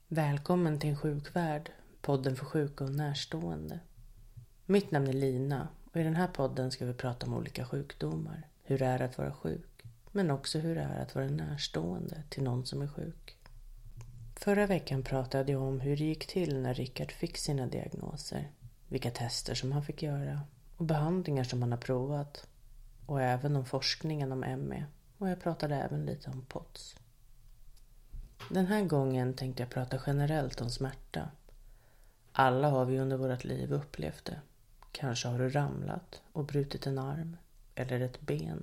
Välkommen till en sjukvärld, podden för sjuka och närstående. Mitt namn är Lina och i den här podden ska vi prata om olika sjukdomar, hur det är att vara sjuk, men också hur det är att vara närstående till någon som är sjuk. Förra veckan pratade jag om hur det gick till när Rickard fick sina diagnoser, vilka tester som han fick göra och behandlingar som han har provat, och även om forskningen om ME, och jag pratade även lite om POTS. Den här gången tänkte jag prata generellt om smärta. Alla har vi under vårt liv upplevt det. Kanske har du ramlat och brutit en arm eller ett ben.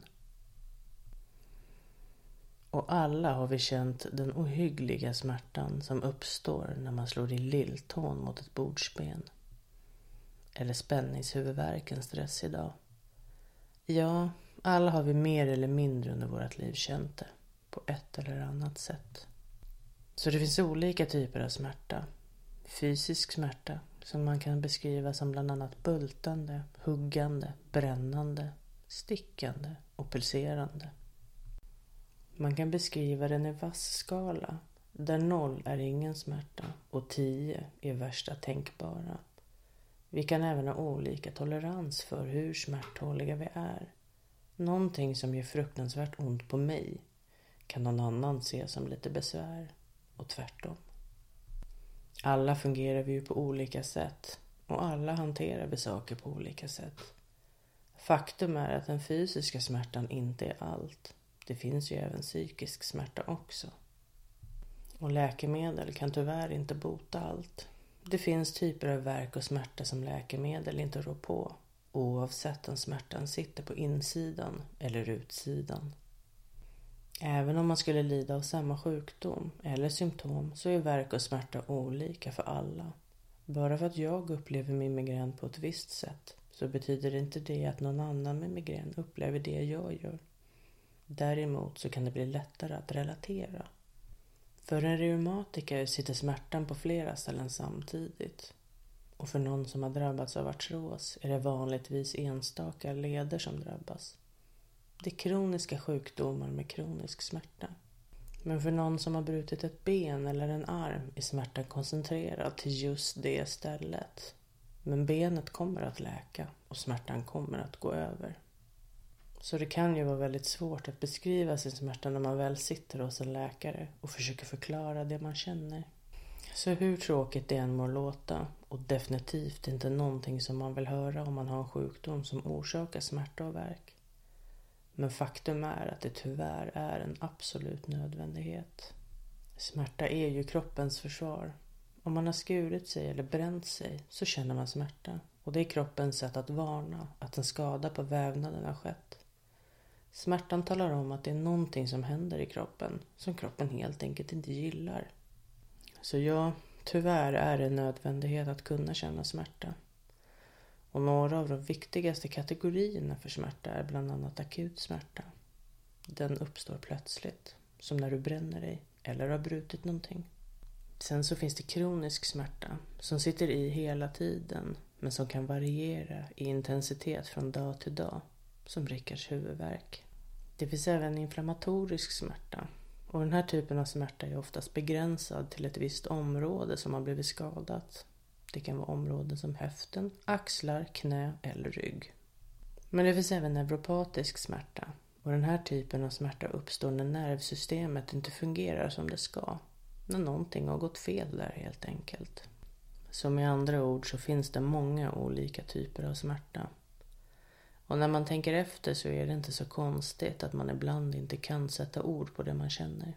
Och alla har vi känt den ohyggliga smärtan som uppstår när man slår i lilltån mot ett bordsben. Eller spänningshuvudvärken stress idag. Ja, alla har vi mer eller mindre under vårt liv känt det på ett eller annat sätt. Så det finns olika typer av smärta. Fysisk smärta som man kan beskriva som bland annat bultande, huggande, brännande, stickande och pulserande. Man kan beskriva den i vass-skala där 0 är ingen smärta och 10 är värsta tänkbara. Vi kan även ha olika tolerans för hur smärttåliga vi är. Någonting som gör fruktansvärt ont på mig kan någon annan se som lite besvär. Och tvärtom. Alla fungerar vi ju på olika sätt och alla hanterar vi saker på olika sätt. Faktum är att den fysiska smärtan inte är allt. Det finns ju även psykisk smärta också. Och läkemedel kan tyvärr inte bota allt. Det finns typer av värk och smärta som läkemedel inte rår på, oavsett om smärtan sitter på insidan eller utsidan. Även om man skulle lida av samma sjukdom eller symptom så är värk och smärta olika för alla. Bara för att jag upplever min migrän på ett visst sätt så betyder det inte det att någon annan med migrän upplever det jag gör. Däremot så kan det bli lättare att relatera. För en reumatiker sitter smärtan på flera ställen samtidigt. Och för någon som har drabbats av artros är det vanligtvis enstaka leder som drabbas. Det är kroniska sjukdomar med kronisk smärta. Men för någon som har brutit ett ben eller en arm är smärtan koncentrerad till just det stället. Men benet kommer att läka och smärtan kommer att gå över. Så det kan ju vara väldigt svårt att beskriva sin smärta när man väl sitter hos en läkare och försöker förklara det man känner. Så hur tråkigt det än må låta, och definitivt inte någonting som man vill höra om man har en sjukdom som orsakar smärta och värk. Men faktum är att det tyvärr är en absolut nödvändighet. Smärta är ju kroppens försvar. Om man har skurit sig eller bränt sig så känner man smärta. Och det är kroppens sätt att varna att en skada på vävnaden har skett. Smärtan talar om att det är någonting som händer i kroppen som kroppen helt enkelt inte gillar. Så ja, tyvärr är det en nödvändighet att kunna känna smärta. Och några av de viktigaste kategorierna för smärta är bland annat akut smärta. Den uppstår plötsligt, som när du bränner dig eller har brutit någonting. Sen så finns det kronisk smärta som sitter i hela tiden men som kan variera i intensitet från dag till dag, som Rickards huvudvärk. Det finns även inflammatorisk smärta och den här typen av smärta är oftast begränsad till ett visst område som har blivit skadat. Det kan vara områden som höften, axlar, knä eller rygg. Men det finns även neuropatisk smärta. Och den här typen av smärta uppstår när nervsystemet inte fungerar som det ska. När någonting har gått fel där helt enkelt. Så med andra ord så finns det många olika typer av smärta. Och när man tänker efter så är det inte så konstigt att man ibland inte kan sätta ord på det man känner.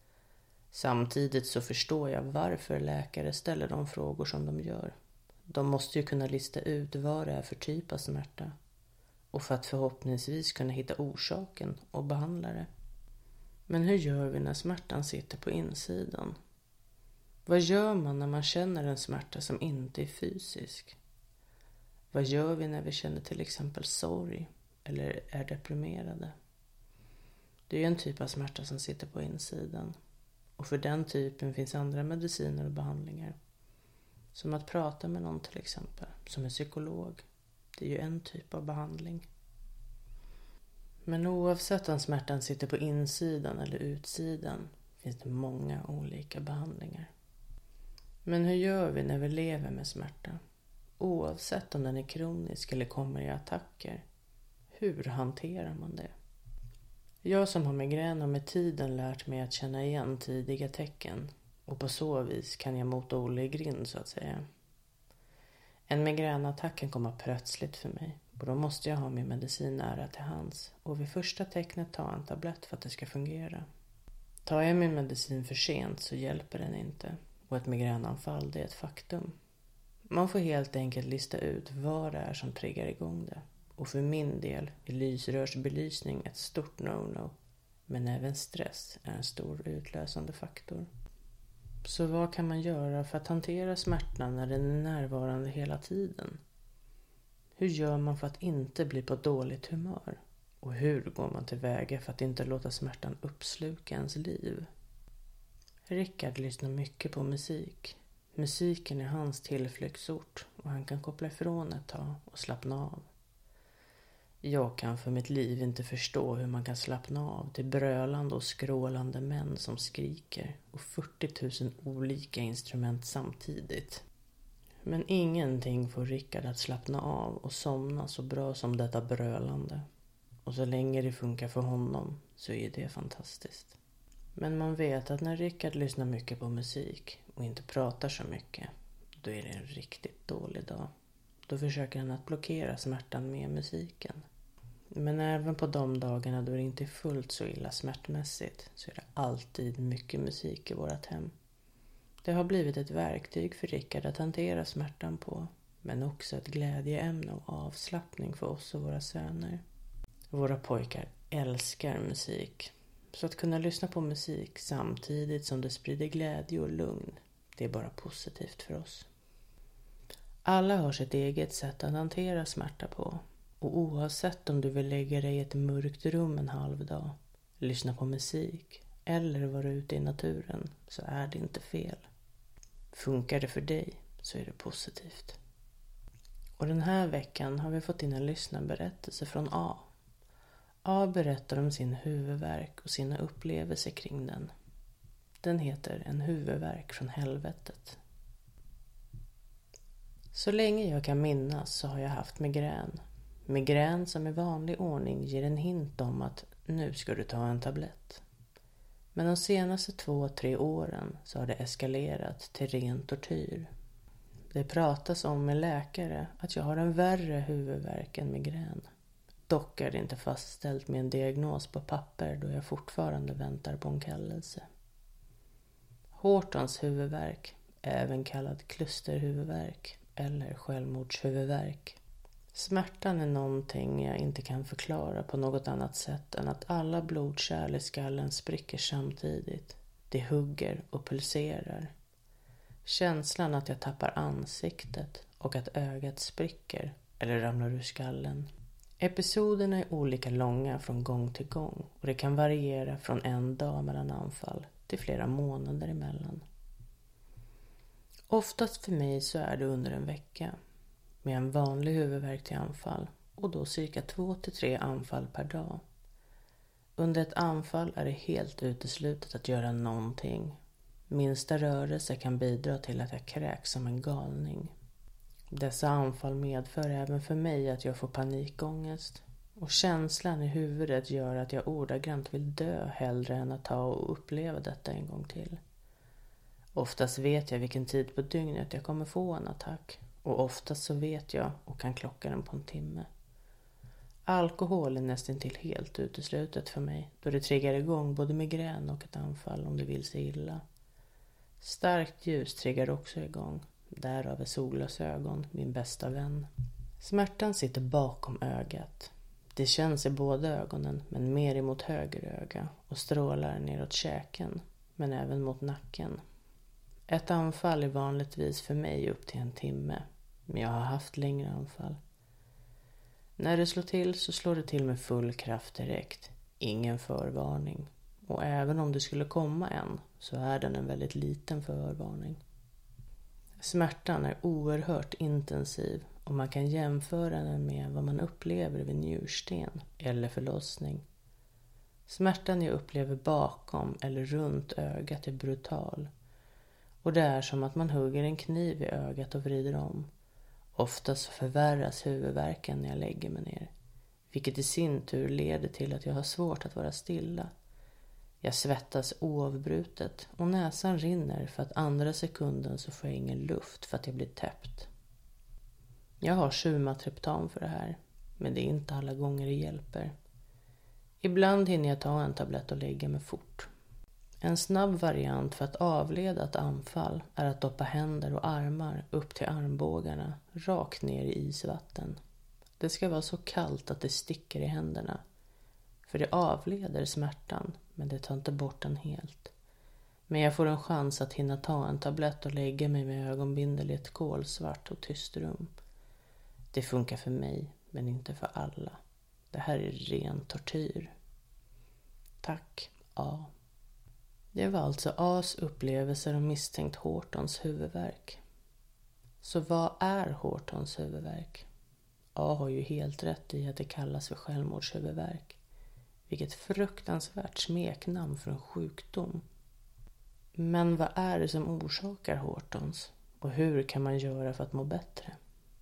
Samtidigt så förstår jag varför läkare ställer de frågor som de gör. De måste ju kunna lista ut vad det är för typ av smärta. Och för att förhoppningsvis kunna hitta orsaken och behandla det. Men hur gör vi när smärtan sitter på insidan? Vad gör man när man känner en smärta som inte är fysisk? Vad gör vi när vi känner till exempel sorg eller är deprimerade? Det är ju en typ av smärta som sitter på insidan. Och för den typen finns andra mediciner och behandlingar. Som att prata med någon till exempel, som en psykolog. Det är ju en typ av behandling. Men oavsett om smärtan sitter på insidan eller utsidan finns det många olika behandlingar. Men hur gör vi när vi lever med smärta? Oavsett om den är kronisk eller kommer i attacker. Hur hanterar man det? Jag som har migrän har med tiden lärt mig att känna igen tidiga tecken. Och på så vis kan jag mota Olle i grind så att säga. En migränattack kan komma plötsligt för mig. Och då måste jag ha min medicin nära till hands. Och vid första tecknet ta en tablett för att det ska fungera. Tar jag min medicin för sent så hjälper den inte. Och ett migränanfall, det är ett faktum. Man får helt enkelt lista ut vad det är som triggar igång det. Och för min del är lysrörsbelysning ett stort no-no. Men även stress är en stor utlösande faktor. Så vad kan man göra för att hantera smärtan när den är närvarande hela tiden? Hur gör man för att inte bli på dåligt humör? Och hur går man tillväga för att inte låta smärtan uppsluka ens liv? Rickard lyssnar mycket på musik. Musiken är hans tillflyktsort och han kan koppla ifrån ett tag och slappna av. Jag kan för mitt liv inte förstå hur man kan slappna av till brölande och skrålande män som skriker och 40 000 olika instrument samtidigt. Men ingenting får Rickard att slappna av och somna så bra som detta brölande. Och så länge det funkar för honom så är det fantastiskt. Men man vet att när Rickard lyssnar mycket på musik och inte pratar så mycket, då är det en riktigt dålig dag. Då försöker han att blockera smärtan med musiken. Men även på de dagarna då det inte är fullt så illa smärtmässigt så är det alltid mycket musik i vårat hem. Det har blivit ett verktyg för Rickard att hantera smärtan på, men också ett glädjeämne och avslappning för oss och våra söner. Våra pojkar älskar musik, så att kunna lyssna på musik samtidigt som det sprider glädje och lugn, det är bara positivt för oss. Alla har sitt eget sätt att hantera smärta på. Och oavsett om du vill lägga dig i ett mörkt rum en halv dag, lyssna på musik eller vara ute i naturen så är det inte fel. Funkar det för dig så är det positivt. Och den här veckan har vi fått in en lyssnarberättelse från A. A berättar om sin huvudvärk och sina upplevelser kring den. Den heter En huvudvärk från helvetet. Så länge jag kan minnas så har jag haft migrän. Migrän som i vanlig ordning ger en hint om att nu ska du ta en tablett. Men de senaste 2-3 åren så har det eskalerat till ren tortyr. Det pratas om med läkare att jag har en värre huvudvärk än migrän. Dock är det inte fastställt med en diagnos på papper då jag fortfarande väntar på en kallelse. Hortons huvudvärk, även kallad klusterhuvudvärk eller självmordshuvudvärk. Smärtan är någonting jag inte kan förklara på något annat sätt än att alla blodkärl i skallen spricker samtidigt. Det hugger och pulserar. Känslan att jag tappar ansiktet och att ögat spricker eller ramlar ur skallen. Episoderna är olika långa från gång till gång och det kan variera från en dag mellan anfall till flera månader emellan. Oftast för mig så är det under en vecka med en vanlig huvudvärk till anfall och då cirka 2-3 anfall per dag. Under ett anfall är det helt uteslutet att göra någonting. Minsta rörelse kan bidra till att jag kräks som en galning. Dessa anfall medför även för mig att jag får panikångest och känslan i huvudet gör att jag ordagrant vill dö hellre än att ta och uppleva detta en gång till. Oftast vet jag vilken tid på dygnet jag kommer få en attack och oftast så vet jag och kan klocka den på en timme. Alkohol är nästan till helt uteslutet för mig då det triggar igång både migrän och ett anfall om det vill sig illa. Starkt ljus triggar också igång, därav är solglasögon min bästa vän. Smärtan sitter bakom ögat. Det känns i båda ögonen men mer emot höger öga och strålar neråt käken men även mot nacken. Ett anfall är vanligtvis för mig upp till en timme, men jag har haft längre anfall. När det slår till så slår det till med full kraft direkt, ingen förvarning. Och även om det skulle komma en så är den en väldigt liten förvarning. Smärtan är oerhört intensiv och man kan jämföra den med vad man upplever vid njursten eller förlossning. Smärtan jag upplever bakom eller runt ögat är brutal. Och det är som att man hugger en kniv i ögat och vrider om. Oftast förvärras huvudvärken när jag lägger mig ner. Vilket i sin tur leder till att jag har svårt att vara stilla. Jag svettas oavbrutet och näsan rinner för att andra sekunden så får jag ingen luft för att jag blir täppt. Jag har sumatriptan för det här, men det är inte alla gånger det hjälper. Ibland hinner jag ta en tablett och lägga mig fort. En snabb variant för att avleda ett anfall är att doppa händer och armar upp till armbågarna rakt ner i isvatten. Det ska vara så kallt att det sticker i händerna. För det avleder smärtan, men det tar inte bort den helt. Men jag får en chans att hinna ta en tablett och lägga mig med ögonbindel i ett kolsvart och tyst rum. Det funkar för mig, men inte för alla. Det här är ren tortyr. Tack, A. Det var alltså A's upplevelser om misstänkt Hortons huvudvärk. Så vad är Hortons huvudvärk? A har ju helt rätt i att det kallas för självmordshuvudvärk. Vilket fruktansvärt smeknamn för en sjukdom. Men vad är det som orsakar Hortons? Och hur kan man göra för att må bättre?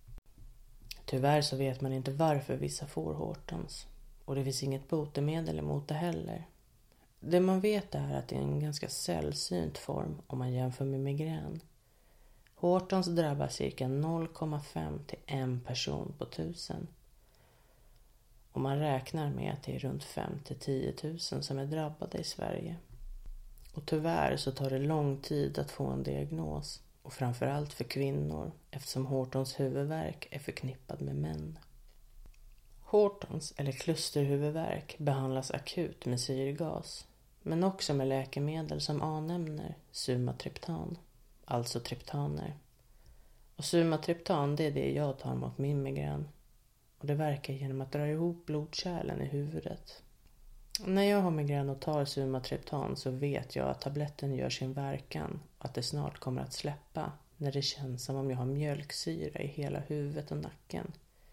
Tyvärr så vet man inte varför vissa får Hortons. Och det finns inget botemedel emot det heller. Det man vet är att det är en ganska sällsynt form om man jämför med migrän. Hortons drabbar cirka 0,5 till 1 person på 1000. Och man räknar med att det är runt 5 till 10 000 som är drabbade i Sverige. Och tyvärr så tar det lång tid att få en diagnos. Och framförallt för kvinnor eftersom Hortons huvudvärk är förknippad med män. Hortons eller klusterhuvudvärk behandlas akut med syrgas. Men också med läkemedel som A nämner, sumatriptan. Alltså triptaner. Och sumatriptan det är det jag tar mot min migrän. Och det verkar genom att dra ihop blodkärlen i huvudet. När jag har migrän och tar sumatriptan så vet jag att tabletten gör sin verkan. Och att det snart kommer att släppa när det känns som om jag har mjölksyra i hela huvudet och nacken.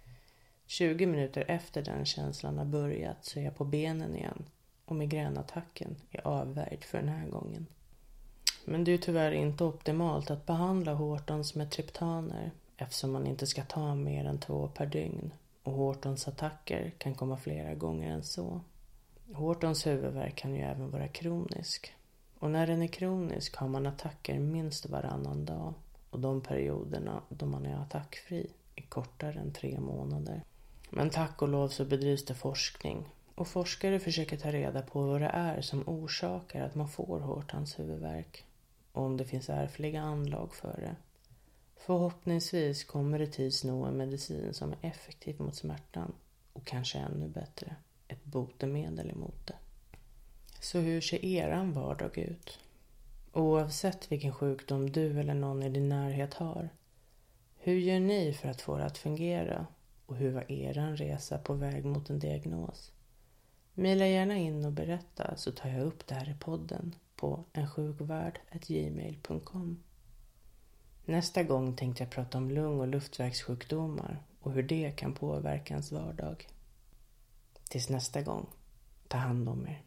20 minuter efter den känslan har börjat så är jag på benen igen. Och migränattacken är avvärjd för den här gången. Men det är tyvärr inte optimalt att behandla Hortons med triptaner eftersom man inte ska ta mer än 2 per dygn. Och Hortons attacker kan komma flera gånger än så. Hortons huvudvärk kan ju även vara kronisk. Och när den är kronisk har man attacker minst varannan dag. Och de perioderna då man är attackfri är kortare än 3 månader. Men tack och lov så bedrivs det forskning. Och forskare försöker ta reda på vad det är som orsakar att man får Hortons huvudvärk. Och om det finns ärftliga anlag för det. Förhoppningsvis kommer det tids nog en medicin som är effektiv mot smärtan. Och kanske ännu bättre, ett botemedel emot det. Så hur ser eran vardag ut? Oavsett vilken sjukdom du eller någon i din närhet har. Hur gör ni för att få det att fungera? Och hur var eran resa på väg mot en diagnos? Maila gärna in och berätta så tar jag upp det här i podden på ensjukvärld@gmail.com. Nästa gång tänkte jag prata om lung- och luftvägssjukdomar och hur det kan påverka ens vardag. Tills nästa gång, ta hand om er.